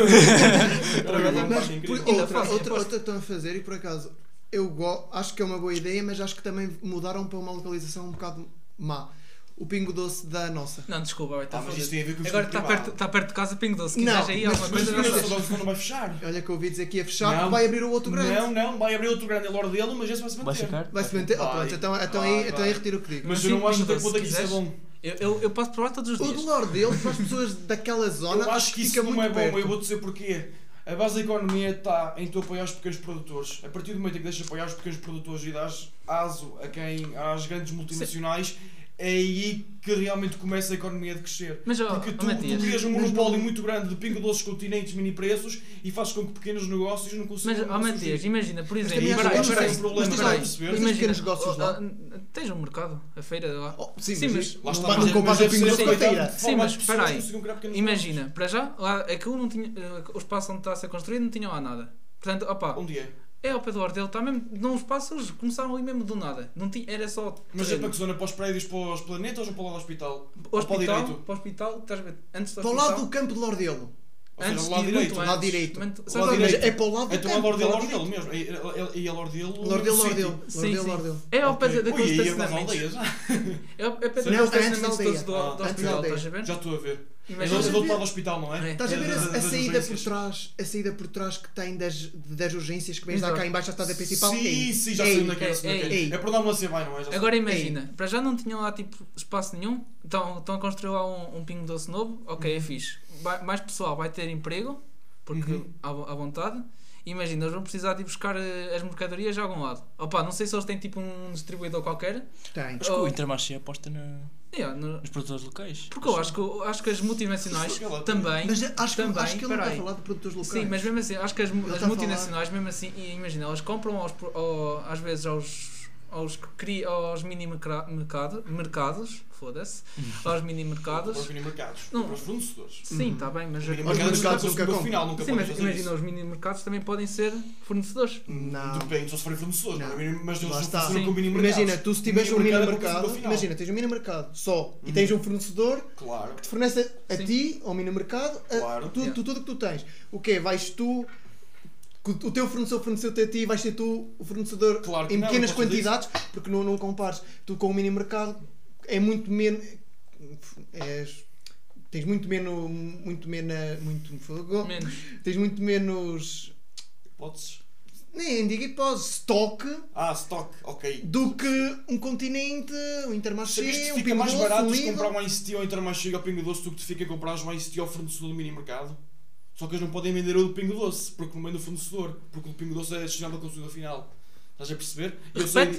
Mas incrível. por- Ainda outra fazem, outra aposto. estão a fazer e por acaso acho que é uma boa ideia, mas acho que também mudaram para uma localização um bocado má. O Pingo Doce da nossa. Não, desculpa, vai estar Mas isso tem a ver com o Agora estudo está privado. perto de casa, Pingo Doce. Se Não, quiseres aí alguma Mas coisa, o já sabes. não vai fechar. Olha que eu ouvi dizer que ia fechar, Não. porque vai abrir o outro grande. Não, vai abrir outro grande ao dele, mas esse vai se manter. Vai ficar? Vai se manter? Oh, Vai. pronto, então Vai. aí retiro o que digo. Mas Sim, eu não acho Pingo até que Doce, ponto é que isso é se bom. Eu posso provar todos os O dias. do lado dele, para as pessoas daquela zona, Eu acho que isso fica não muito é bom, perto. eu vou dizer porquê. A base da economia está em tu apoiar os pequenos produtores. A partir do momento em que deixas apoiar os pequenos produtores e dás aso às grandes multinacionais, é aí que realmente começa a economia a crescer. Mas, ó, Porque ó, tu Matias, crias um mas monopólio não- muito grande de pingo doces continentes, mini preços e fazes com que pequenos negócios não consigam. Mas, ó Matias, imagina, por exemplo, também Mas acho eu que acho que peraí, tem um problema, mas estás a peraí, perceber? mas os pequenos negócios lá. Tens um mercado, a feira lá. Sim, mas Lá está, não mas compras deve o Pingo ser Doce com a aproveitado feira. de Sim, forma mas que pessoas espera aí. consigam criar pequenos Imagina, para já, lá, aquilo não tinha. O espaço onde está a ser construído não tinha lá nada. Portanto, opa, negócios. Onde é? É ao pé do Ordelo, está mesmo. Não, os pássaros começaram ali mesmo do nada. Não tinha, era só. Mas é terreno. para que zona? Para os prédios, para os planetas ou para o lado do hospital? O Ou para o direito? para o hospital, estás a ver? Antes do Para o hospital. lado do campo de Lordelo. Ou seja, Antes o lado de direito. muito Lado antes. direito. Sabes Lado onde? direito. É para o lado do Então é campo. Lordelo, para o lado Lordelo mesmo. E a Lordelo. Lordelo, no Lordelo. sítio. Sim, Lordelo, sim. Lordelo. É ao pé Ok. daqueles Ui, e as estacionamentos. aldeias? É ao pé Não, daqueles antes da estacionamentos aldeia. todos do Antes da hospital, aldeia. estás a ver? Já estou a ver. É Imagina- do outro lado do hospital, não é? É. Estás a ver Das a saída por urgências. trás, a saída por trás que tem das urgências que vens Exato. cá em baixo à estrada principal? Sim, sim, já Ei, sei onde é que é. sei onde é que é. ei. É para dar uma vai, não é? Já sei. Agora imagina, para já não tinham lá tipo espaço nenhum, estão a construir lá um pingo doce novo, ok, é fixe. Mais pessoal vai ter emprego, porque à vontade. Imagina, eles vão precisar de ir buscar as mercadorias de algum lado. Opa, não sei se eles têm tipo um distribuidor qualquer. Tem. Acho que o Intermarché aposta No- nos produtores locais. Porque eu acho que as multinacionais Isso é lá, também. Mas acho que ele não Também, está a peraí. falar de produtores locais. Sim, mas mesmo assim, acho que as está a multinacionais, mesmo assim, e imagina, elas compram às vezes aos mini mercados, foda-se, aos mini Para mercados. os mini-mercados. Não. Para os fornecedores. Sim, está bem, mas Os Os mini-mercados mercados são o nunca consumidor compram. final, nunca sim, podem mas fazer imagina, isso. os mini mercados também podem ser fornecedores. Não. Depende, só se forem fornecedores, Não. não é? Mas eles Lá está. funcionam com Sim. mini-mercados. Imagina, tu se tiveres um mini Mini-mercado é para o mercado, consumidor final. imagina, tens um mini mercado só e tens um fornecedor Claro. que te fornece a Sim. ti, ao mini mercado, Claro. tudo o que tu tens. O quê? Vais tu. O teu fornecedor forneceu-te a ti, vais ser tu o fornecedor Claro que em não, pequenas não posso dizer quantidades, porque não compares. Tu com o mini mercado é muito menos. Tens muito menos. Menos. Tens muito menos. Hipóteses. Nem digo hipótese, estoque Stock, ok. do que um continente, um Sabias Intermarché, que um fica Pingo mais Doce, barato um de Lidl. comprar um Ice Tea ao Intermarché ao Pingo Doce do que te fica a comprar um Ice Tea ao fornecedor do mini-mercado? Só que eles não podem vender o do Pingo Doce, porque não vem do fornecedor, porque o Pingo Doce é destinado ao consumidor final. Estás a perceber? Repete.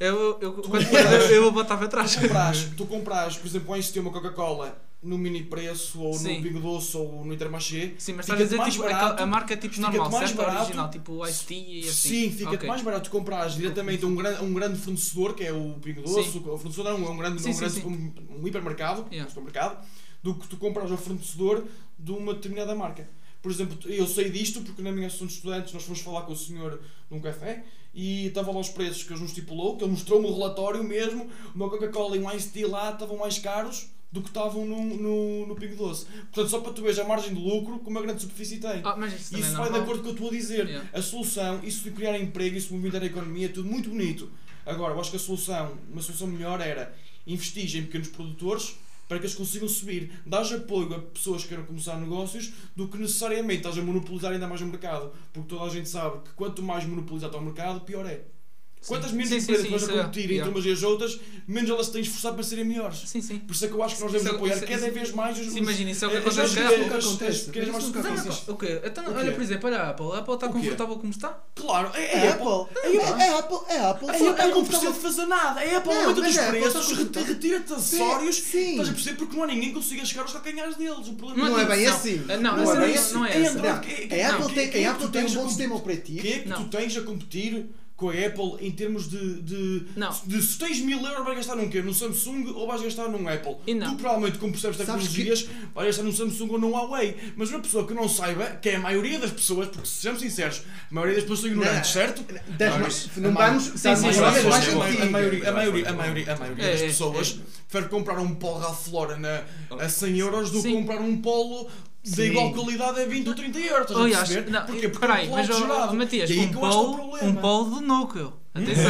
Eu vou botar para trás. Tu compras, por exemplo, um Ice Tea ou uma Coca-Cola no mini preço, ou Sim. no Pingo Doce, ou no Intermarché. Sim, mas estás a fica-te dizer mais tipo, barato, a marca tipo fica-te normal, mais certo? barato. Original, tipo Ice Tea e assim. Sim, fica-te Ok. mais barato comprares diretamente a um grande fornecedor, que é o Pingo Doce, Sim. o fornecedor não, é um grande, Sim, um, sim, grande sim. um hipermercado, Yeah. um supermercado, do que tu compras ao fornecedor de uma determinada marca. Por exemplo, eu sei disto porque na minha associação de estudantes nós fomos falar com o senhor num café e estavam lá os preços que ele nos estipulou, que ele mostrou-me o relatório mesmo, uma Coca-Cola e um Ice Tea lá estavam mais caros do que estavam no Pingo Doce. Portanto, só para tu veres a margem de lucro que uma grande superfície tem. Mas isso E também isso é vai de normal. acordo com o que eu estou a dizer. Yeah. A solução, isso de criar emprego, isso de movimentar a economia, é tudo muito bonito. Agora, eu acho que uma solução melhor era investir em pequenos produtores para que eles consigam subir. Dás apoio a pessoas que queiram começar negócios do que necessariamente estás a monopolizar ainda mais o mercado. Porque toda a gente sabe que quanto mais monopolizar o mercado, pior é. Quantas menos Sim, empresas sim, vais a isso é. competir entre Yeah. umas e as outras, menos elas se têm esforçado para serem melhores. Sim, sim. Por isso é que eu acho que nós Isso devemos é- apoiar isso- cada isso- vez mais os... Sim, imagina, isso é o que as- acontece as- com a as- Apple. as- Acontece. as pequenas Isso nunca marcas. acontece. O quê? Então, O olha, quê? por exemplo, olha a Apple. A Apple está O quê? confortável como está? Claro, É é Apple. A Apple. A Apple não precisa de fazer nada. A Apple Não, aumenta mas os a Apple preços, está confortável. retira-te acessórios. Sim. Estás a perceber? Porque não há ninguém que consiga chegar aos calcanhares deles. O problema Não é bem Não. assim. Não, Não não é bem é assim. não é É essa. Android. A Apple tem um bom Quem sistema é operativo. que Não. tu tens a competir com a Apple em termos Não. de se tens 1000 euros vais gastar num quê? Num Samsung ou vais gastar num Apple? E não. Tu provavelmente, como percebes Sabes tecnologias, vais gastar num Samsung ou num Huawei. Mas uma pessoa que não saiba, que é a maioria das pessoas, porque sejamos sinceros, a maioria das pessoas são ignorantes, certo? Não vamos. sim, dar sim, mais sim, horas, sim, mais sim, antigas. A maioria das É, pessoas prefere comprar um polo Ralph Lauren a 100 euros do que Sim. comprar um polo de Sim. igual qualidade a 20 ou 30 euros. Estás a Aliás, perceber? não, Porquê? Porque peraí, é um mas polo gerado. Matias, E aí que eu acho que é o problema. um polo do núcleo. Atenção.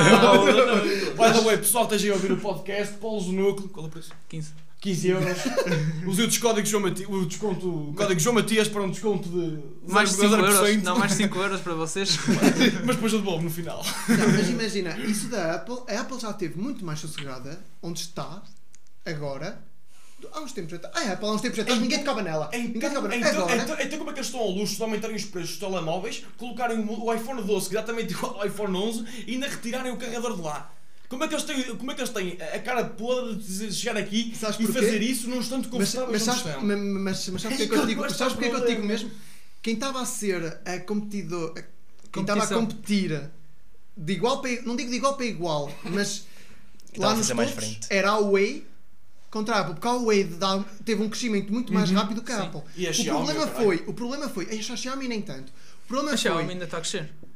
By the way, pessoal que esteja a ouvir o podcast, polos do núcleo, qual é o preço? 15. 15 euros. Usei o código João Matias, o código João Matias para um desconto de Mais 5 euros. 0,0%. Não, mais 5 euros para vocês. Mas depois eu devolvo no final. Não, mas imagina, isso da Apple, a Apple já esteve muito mais sossegada onde está agora. Há uns tempos atrás. A Apple há uns tempos atrás, ninguém tocava nela. Ninguém tocava nela. Agora, Então como é que eles estão ao luxo de aumentarem os preços dos telemóveis, colocarem o iPhone 12 exatamente igual ao iPhone 11 e ainda retirarem o carregador de lá? Como é que eles têm a cara podre de chegar aqui Sabes e porquê? fazer isso num instante mas confortável sabes porque é que eu te digo? Sabes porque é que eu te digo mesmo? Quem estava a ser a competidor. Quem estava a Competição. competir de igual para. Não digo de igual para igual, mas Estava lá a nos fazer mais tops frente. era a Huawei contra a Apple, porque a Huawei teve um crescimento muito mais rápido que a sim. Apple. E a O Xiaomi, problema caralho. foi. A Xiaomi nem tanto. O problema A Xiaomi foi. ainda está a crescer.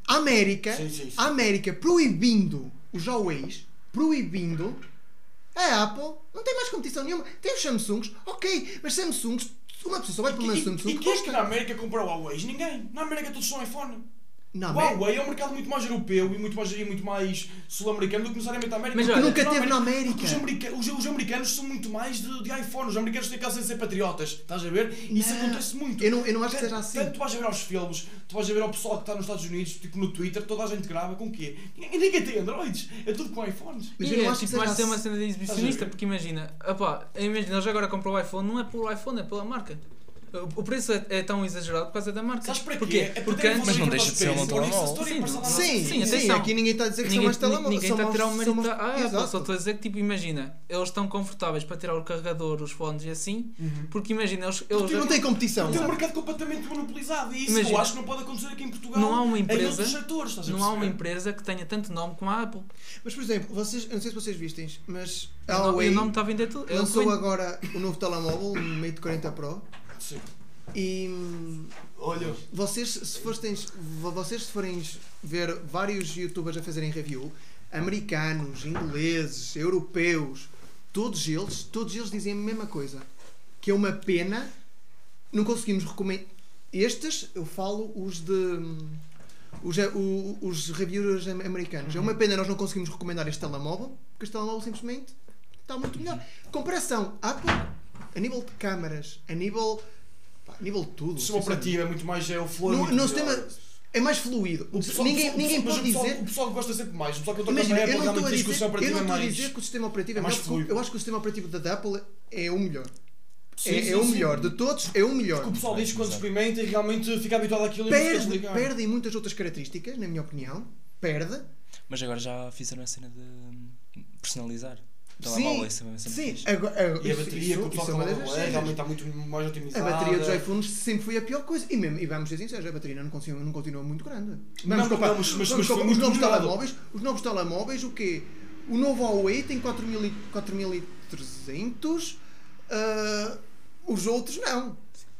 A América, Sim. a América proibindo os Huawei, proibindo, a Apple não tem mais competição nenhuma. Tem os Samsungs, ok, mas Samsungs, uma pessoa só vai para uma Samsung. E quem é que na América compra Huawei? Ninguém. Na América todos são iPhone. Na O América, Huawei é um mercado muito mais europeu e muito mais sul-americano do que necessariamente a América. Mas que olha, nunca teve na América. Porque os americanos são muito mais de iPhone. Os americanos têm aquela de ser patriotas. Estás a ver? E isso Não. acontece muito. Eu não acho que seja assim. Tanto tu vais a ver aos filmes, tu vais a ver ao pessoal que está nos Estados Unidos, tipo no Twitter, toda a gente grava com o quê? Ninguém tem Androids. É tudo com iPhones. Mas E eu não é, acho que tipo, seja mais ser uma assim. cena de Estás a exibicionista, ver? porque imagina, eles agora compram o iPhone, não é pelo iPhone, é pela marca. O preço é tão exagerado por causa da marca. Sabes para quê? Porquê? É para Porque terem antes. Mas não valor deixa de ser um para os telemóvel. países, a história Sim, passada na sim, nossa Sim, atenção. aqui ninguém está a dizer que são Ninguém mais telemóveis. está a tirar o mérito à Apple, Exato. só estou a dizer que, tipo, imagina, eles estão confortáveis para tirar o carregador, os fones e assim, porque imagina, eles Não tem competição. Tem um mercado completamente monopolizado e isso Imagina, eu acho que não pode acontecer aqui em Portugal. não há uma em empresa- outros setores, estás a não há uma perceber? empresa que tenha tanto nome como a Apple. Mas, por exemplo, vocês, eu não sei se vocês vistem, mas a E o Huawei nome está a vender tudo. É o que lançou vende. agora o novo telemóvel, o Mate 40 Pro. Sim. E Olha, vocês se forem ver vários youtubers a fazerem review, americanos, ingleses, europeus, todos eles dizem a mesma coisa, que é uma pena não conseguimos recomendar. Estes, eu falo os reviewers americanos. É uma pena nós não conseguimos recomendar este telemóvel, porque este telemóvel simplesmente está muito melhor. Comparação, Apple, a nível de câmaras, a nível de tudo. o sistema operativo é muito mais. É o flow. No sistema é mais fluido. Ninguém pode dizer. O pessoal gosta sempre mais. O pessoal que eu Imagina, toco eu na não Apple estou a realmente diz que o sistema dizer, eu operativo não é estou a mais. dizer que o sistema operativo é mais melhor, porque fluido. eu acho que o sistema operativo da Apple é o melhor. Sim, É o sim. melhor de todos, é o melhor. O pessoal diz que quando experimenta e realmente fica habituado àquilo e não fica desligado. Perde em muitas outras características, na minha opinião. Perde. Mas agora já fizeram a cena de personalizar. O Sim, telemóvel, isso é uma cena sim. fixe. E a Isso- bateria, que o isso pessoal é uma que das é cenas. realmente está muito mais A otimizada. bateria dos iPhones sempre foi a pior coisa. E vamos ser sinceros, a bateria não continua muito grande. Não, Vamos comparar- mas vamos foi comparar muito melhorado. os novos telemóveis, o quê? O novo Huawei tem 4300, os outros não.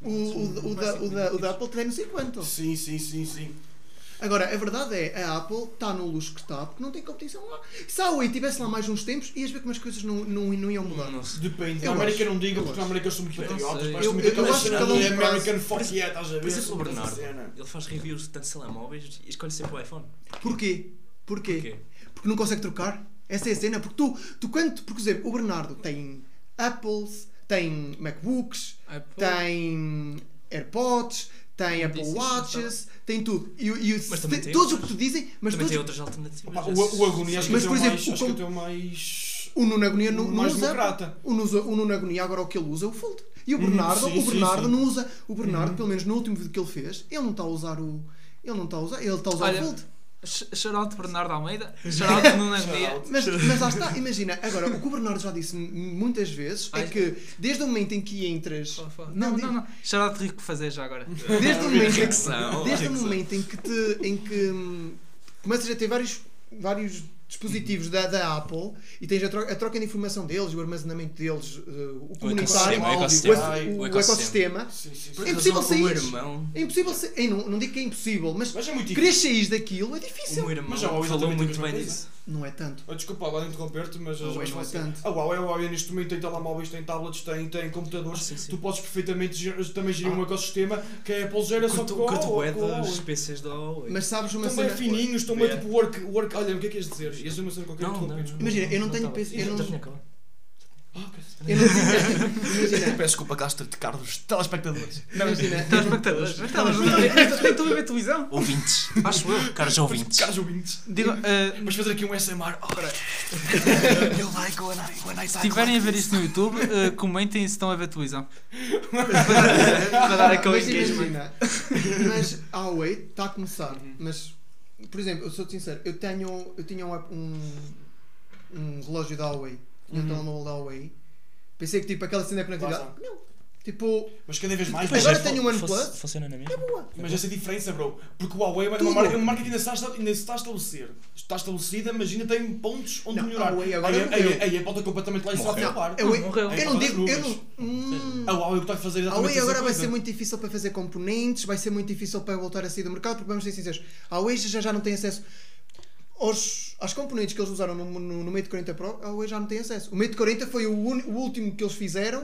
O da Apple tem não sei quanto. Sim. Agora, a verdade é, a Apple está no luxo que está porque não tem competição lá. Se a Huawei estivesse lá mais uns tempos, ias ver como as coisas não iam mudar. Não sei. Depende. Eu Na América acho, não diga, eu porque na acho. América eu sou muito Eu não patriotas. sei. Gosto muito Eu daquela acho que cena cada um de faz- American fuck yeah, estás a ver? Por exemplo, o Sobre essa Bernardo, cena. ele faz reviews de tantos telemóveis e escolhe sempre o iPhone. Porquê? Porquê? Porque não consegue trocar. Essa é a cena. Porque por exemplo, o Bernardo tem Apples, tem MacBooks, Apple. tem AirPods, tem Apple disse isso, Watches, tem tudo. Mas também tem todos o que outras. tu dizem, mas Também todos, tem outras alternativas. Opa, o Agonia acho que Mas, é por o exemplo, mais. Acho que é o mais. o Nuno Agonia não mais usa. democrata. O Nuno Agonia agora o que ele usa é o Fold. E o Bernardo, sim, sim. não usa. O Bernardo, pelo menos no último vídeo que ele fez, ele não está a usar o. Ele está a usar Olha, o Fold. Shout-out Bernardo Almeida, shout-out Nuno Agonia. Mas lá está, imagina, agora o que o Bernardo já disse muitas vezes é Ai. que desde o momento em que entras. Não. Shout-out Rico Fazer já agora. Desde o momento, Reflexão. desde o momento em que começas a ter vários dispositivos da Apple e tens a troca de informação deles, o armazenamento deles, o comunitário, o ecossistema. Sim. É impossível O sair. meu irmão, É impossível sair. Não digo que é impossível, mas Mas é muito querer difícil. sair daquilo é o difícil. meu irmão Mas já o Huawei falou também tem muito a mesma bem coisa. disso. Não é tanto. Desculpa lá interromper-te, mas Não é tanto. a Huawei neste momento tem telemóveis, tem tablets, tem computadores. Sim. Tu podes perfeitamente também gerir um ecossistema que a Apple gera só com Curto bué com- dos PCs da Huawei. Mas sabes uma Estão bem cena. fininhos, estão bem tipo work. Olha, o que é que ias dizer? Ias dizer uma cena qualquer Não, interromper, desculpa. Imagina, eu não tenho estava. PC. Eu não, Já tinha acabado. eu não imagina, Peço desculpa, gasto-te caros telespectadores. imagina. Telespectadores. Estou a ver televisão. Ouvintes. Acho eu, caros ouvintes. Caros ouvintes. Digo, Vamos fazer aqui um SMR. You like when I se estiverem a ver isto no YouTube, comentem se estão a ver televisão. Para dar aquele Mas engagement. imagina, mas a Huawei está a começar. Mas, por exemplo, eu sou-te sincero, eu tinha um relógio da Huawei, tinha um telemóvel da Huawei. Pensei que tipo aquela cena de conectividade. Vaza. Não. Tipo, Mas cada vez mais. Pois mas- agora tenho um OnePlus. Funciona na mesma. Mas essa é a diferença, bro. Porque o Huawei é Tudo. uma marca que ainda se está a estabelecer. Está estabelecida, mas ainda tem pontos onde Não, melhorar. a Huawei agora a morreu. Apple está completamente lá e só a Morreu. falar. Morreu. Eu não digo. Eu nuvens. não, A Huawei o que está a fazer A exatamente Huawei essa agora vai coisa. ser muito difícil para fazer componentes, vai ser muito difícil para voltar a sair do mercado, porque vamos ser sinceros, a Huawei já não tem acesso às componentes que eles usaram no Mate 40 Pro, a Huawei já não tem acesso. O Mate 40 foi o último que eles fizeram,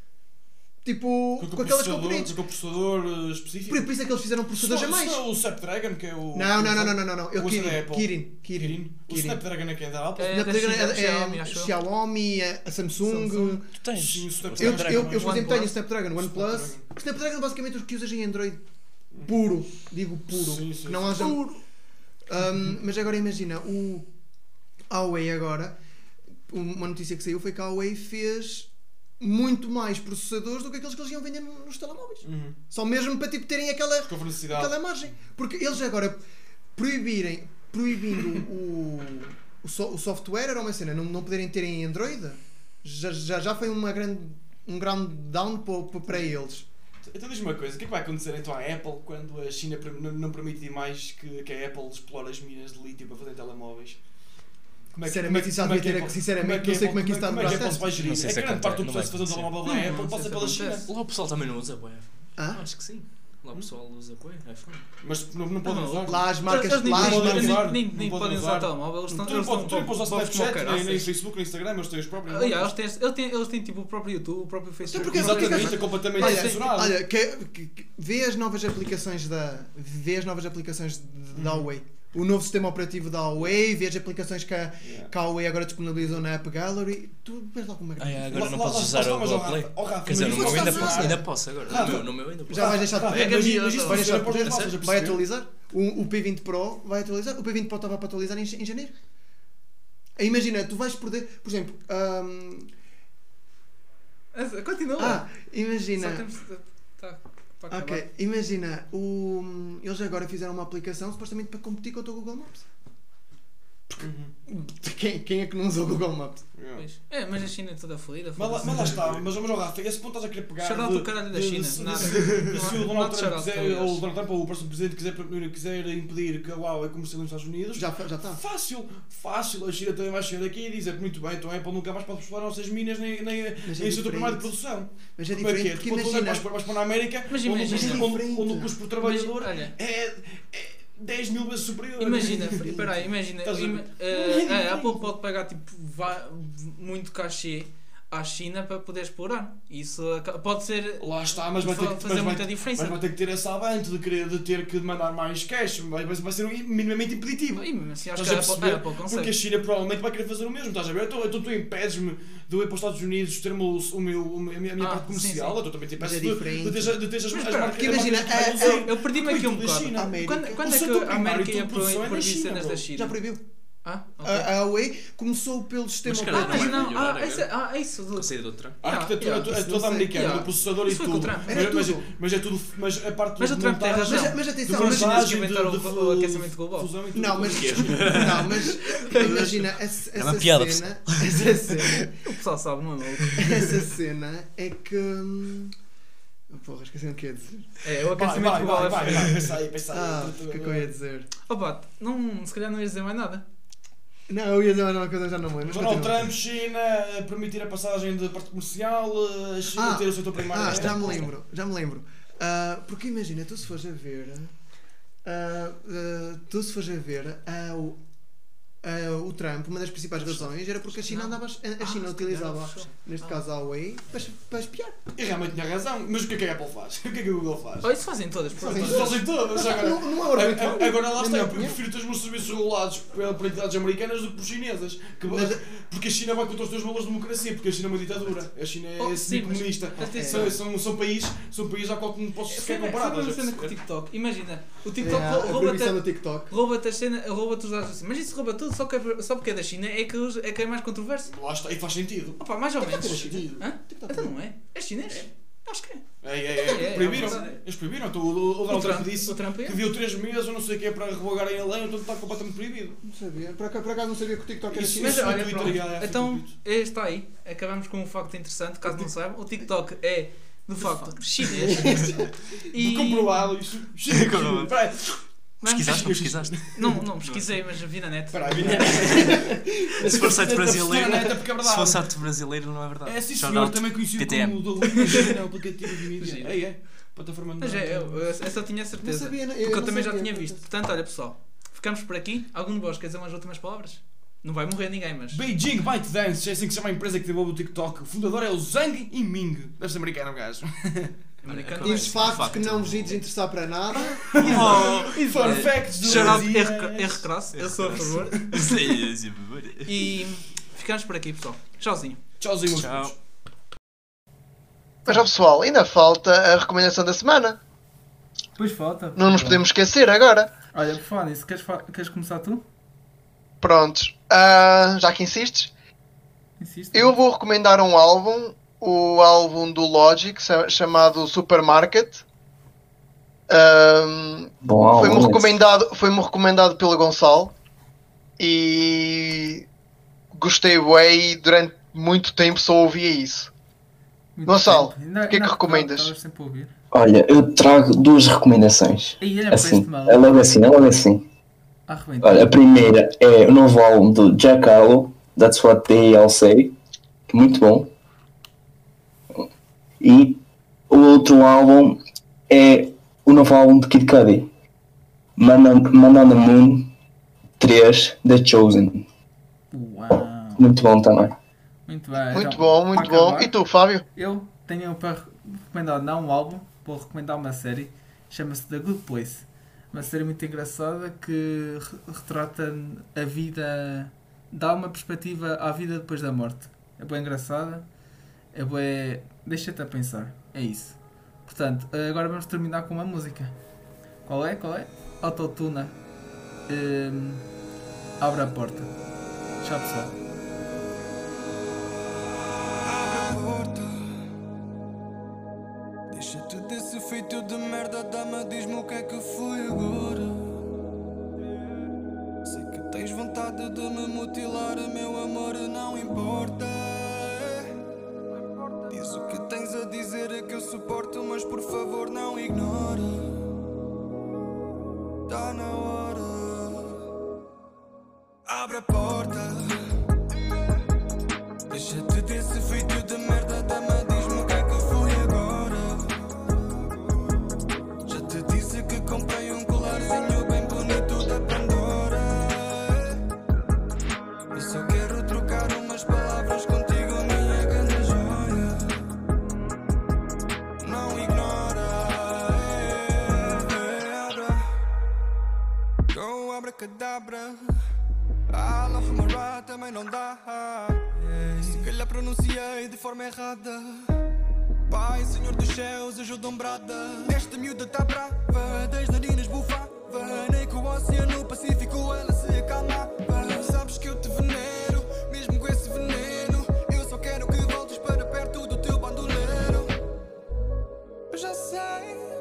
tipo, com aquelas componentes. Com o processador específico. Por isso é que eles fizeram processadores a mais. Não é o Snapdragon, que é o... Não. É o Ou se é Apple? Kirin. O Snapdragon é que é da Apple? É da Xiaomi, acho eu. Xiaomi, a Samsung. Tu tens. Sim, o o Snapdragon. Eu, por exemplo, OnePlus. tenho o Snapdragon, OnePlus. O Snapdragon basicamente os que usas em Android puro. Digo puro. Sim, Que não haja. Mas agora imagina, a Huawei agora, uma notícia que saiu foi que a Huawei fez muito mais processadores do que aqueles que eles iam vender nos telemóveis. Só mesmo para tipo, terem aquela Com felicidade. margem. Porque eles agora proibindo o software era uma cena, não poderem ter em Android, já foi um grande down para eles. Então diz-me uma coisa, o que é que vai acontecer então à Apple quando a China não permitir mais que a Apple explore as minas de lítio para fazer telemóveis? Sinceramente, isso já devia ter, sinceramente, não sei como é que isso está a Como é que a demorar Apple se vai tanto. gerir? Não sei É se que grande parte do acontece, processo de fazer um não vai telemóvel da Apple Não passa sei se pela China. acontece. Lá o pessoal também não usa bué. Hã? Acho que sim. Lá o pessoal usa bué. iPhone. Mas não podem usar. Lá as marcas. Eles Lá as podem marcas. usar. nem Não podem podem usar usar. telemóvel. Eles Tu estão não podes usar bobos Snapchat, como nem caraças. Facebook, nem Instagram, eles têm os próprios. Aliás, eles têm tipo o próprio YouTube, o próprio Facebook. porque Exatamente, é completamente Olha, censurado. olha, vê as novas aplicações da Huawei. O novo sistema operativo da Huawei, vê as aplicações que a Huawei agora disponibilizou na App Gallery. Tu vês lá como é que Agora não Lá- podes lá- usar lá- o mas, Google Play. Rafa, Quer dizer, mas no isso meu ainda está posso. funcionar. Ainda posso agora. Rafa, No meu ainda posso. já vais deixar de Rafa, Pega mas miúdo, isso vai deixar funciona para os dois lados, já vai percebeu? atualizar. O P20 Pro vai atualizar. O P20 Pro estava para atualizar em janeiro. Imagina, tu vais perder, por exemplo, Continua. imagina. Só temos. Tá. Para acabar. Ok, imagina, eles agora fizeram uma aplicação supostamente para competir contra o Google Maps. Quem é que não usa o Google Maps? Yeah. Pois. É, mas a China é toda fodida. Mas lá está, mas ó Rafa, esse ponto estás a querer pegar. Shout-out do caralho da China, nada. Se o Donald Nada Trump shout-out, quiser, aliás. ou o Donald Trump ou o próximo presidente quiser impedir que a Huawei comercialize nos Estados Unidos, Já está. fácil. A China também vai chegar aqui e dizer muito bem, então a Apple nunca mais pode explorar nossas minas nem Mas é em seu primário de diferente. produção. Mas é Como é que diferente, é? porque Tu imagina. vais pôr na América, Mas onde imagina. o custo por trabalhador Mas, olha. é 10 mil vezes superior. Imagina, peraí, imagina. Estás a ver? A Apple pode pagar tipo, muito cachê à China para poder explorar. Isso pode ser. Lá está, mas vai ter que fazer muita diferença. Mas vai ter que ter essa avante de ter que mandar mais cash. Vai ser minimamente impeditivo. E mesmo assim, acho Estás que a a perceber? Apple Porque a consegue. China provavelmente vai querer fazer o mesmo, estás a ver? Então tu impedes-me de eu ir para os Estados Unidos ter a minha parte comercial, sim. eu também te Mas impeço é diferente. de ter as Mas marcas. espera, porque imagina, as marcas que vai Eu perdi-me aqui um da bocado. China. América. Quando O é que setor a primário América de ia produção é na proibir China, cenas bro. da China? Já proibiu. Ah, ok. A Huawei começou pelo sistema Mas calhar operativo. mas não, melhorar é isso. Com a saída do Trump. A arquitetura Yeah, é isso toda não sei. americana, Yeah. do processador e Isso foi com tudo. o Trump. Era tudo. Mas é tudo. Mas a parte Mas de o Trump tem montagem, razão. Mas de atenção, Foram os chineses que montagem, inventaram o aquecimento global. fusão e tudo. Não, mas imagina essa uma piada, cena. O pessoal sabe, não é maluco? Essa cena é que. Porra, esqueci o que ia dizer. É, o aquecimento global é vai, feio. pensa aí. O que é que eu ia dizer? Opa, não, se calhar não ias dizer mais nada. Não, eu ia dizer uma coisa, já não me lembro. mas Donald continua. Trump, China, permitir a passagem de parte comercial, a China ter o setor primário. já me lembro. Porque imagina, tu se fores a ver. O Trump, uma das principais razões era porque a China utilizava, neste caso a Huawei, para espiar. E realmente tinha razão. Mas o que é que a Apple faz? O que é que a Google faz? Oh, isso fazem todas. Fazem pronto. Fazem todas. Agora, Não é orbital. agora lá na está, minha eu opinião. prefiro ter os meus serviços regulados por entidades americanas do que por chinesas. Porque a China vai contra os teus valores de democracia, porque a China é uma ditadura. A China é Oh, sim, mas semi-comunista. atenção. São países ao qual não posso sequer comparar. Foi uma estás a cena com o perceber? TikTok. Imagina, o TikTok A proibição do rouba-te TikTok. rouba-te os dados assim. Mas isso rouba tudo, só porque é da China é que é mais controverso. Lá está, e faz sentido. Opa, mais ou menos. Faz sentido. Hã? Então não é? É chinês? Acho que é. É, proibiram. verdade. Eles proibiram. Então, o Donald Trump disse o Trump é. que viu 3 meses ou não sei o que para revogarem a lei, então está completamente proibido. Não sabia. Por acaso não sabia que o TikTok era Isso- chinês. Mas no olha, Twitter, pronto. já é Então, tudo. está aí. Acabamos com um facto interessante, caso não saibam. O TikTok é do facto chinês. E comprovado isso. Pesquisaste? Não pesquisei, mas vi na net. Espera aí, Se for site brasileiro, Se se for site brasileiro não é verdade. É sim Shout senhor, out também conhecido PTM. como o da Imagina, o aplicativo de mídia. Imagina. É, plataforma de Mas eu só tinha certeza. Não sabia, Porque eu não também já sabia, tinha por visto. acaso. Portanto, olha pessoal, ficamos por aqui. Algum de vós quer dizer umas últimas palavras? Não vai morrer ninguém, mas. Beijing ByteDance, é assim que se chama a empresa que desenvolve o TikTok. O fundador é o Zhang Yiming. Deve ser americano o gajo. Americano. E os factos que não vos ia desinteressar para nada. E fun facts do Shout out dia. R Cross, eu sou a favor. E ficamos por aqui, pessoal. Tchauzinho. Tchauzinho, meus Tchau. putos. Mas ó pessoal, ainda falta a recomendação da semana. Pois falta. Não nos podemos esquecer agora. Olha, por falar nisso, queres começar tu? Prontos. Já que insistes, Insisto. eu vou recomendar um álbum. O álbum do Logic, chamado Supermarket. Bom álbum Foi-me recomendado pelo Gonçalo. E gostei bué e durante muito tempo só ouvia isso. Gonçalo, o que é que recomendas? Estavas sempre a ouvir. Olha, eu trago duas recomendações. E olha Assim, para este é logo assim, é logo assim. Olha, a primeira é o novo álbum do Jack Harlow, That's What They All Say, muito bom. E o outro álbum é o novo álbum de Kid Cudi, Man on the Moon 3, The Chosen. Uau. Muito bom também. Muito bem. Muito então, bom, muito para bom. acabar, E tu, Fábio? Eu tenho para recomendar não um álbum, vou recomendar uma série, chama-se The Good Place. Uma série muito engraçada que retrata a vida, dá uma perspectiva à vida depois da morte. É bem engraçada, é bem... deixa-te a pensar, é isso. Portanto, agora vamos terminar com uma música. Qual é? Autotuna. Abre a porta. Tchau, pessoal. Deixa-te desse feito de merda, dama, diz-me o que é que foi agora. Sei que tens vontade de me mutilar, meu amor, não importa. Diz o que tens a dizer, é que eu suporto, mas por favor não ignora. Tá na hora. Abre a porta. Deixa-te desse feito de merda, dama, diz-me o que é que foi agora. Já te disse que comprei um colarzinho bem bonito da Pandora. Eu só quero trocar umas palavras contigo, minha grande joia. Não ignora. Abra. Go abracadabra. Alahumara também não dá. Se calhar pronunciei de forma errada. Pai, Senhor dos céus, ajuda-me brada. Esta miúda tá brava, das narinas bufava. Nem que o oceano Pacífico ela se acalmava. Sabes que eu te venero, mesmo com esse veneno. Eu só quero que voltes para perto do teu bandoleiro. Eu já sei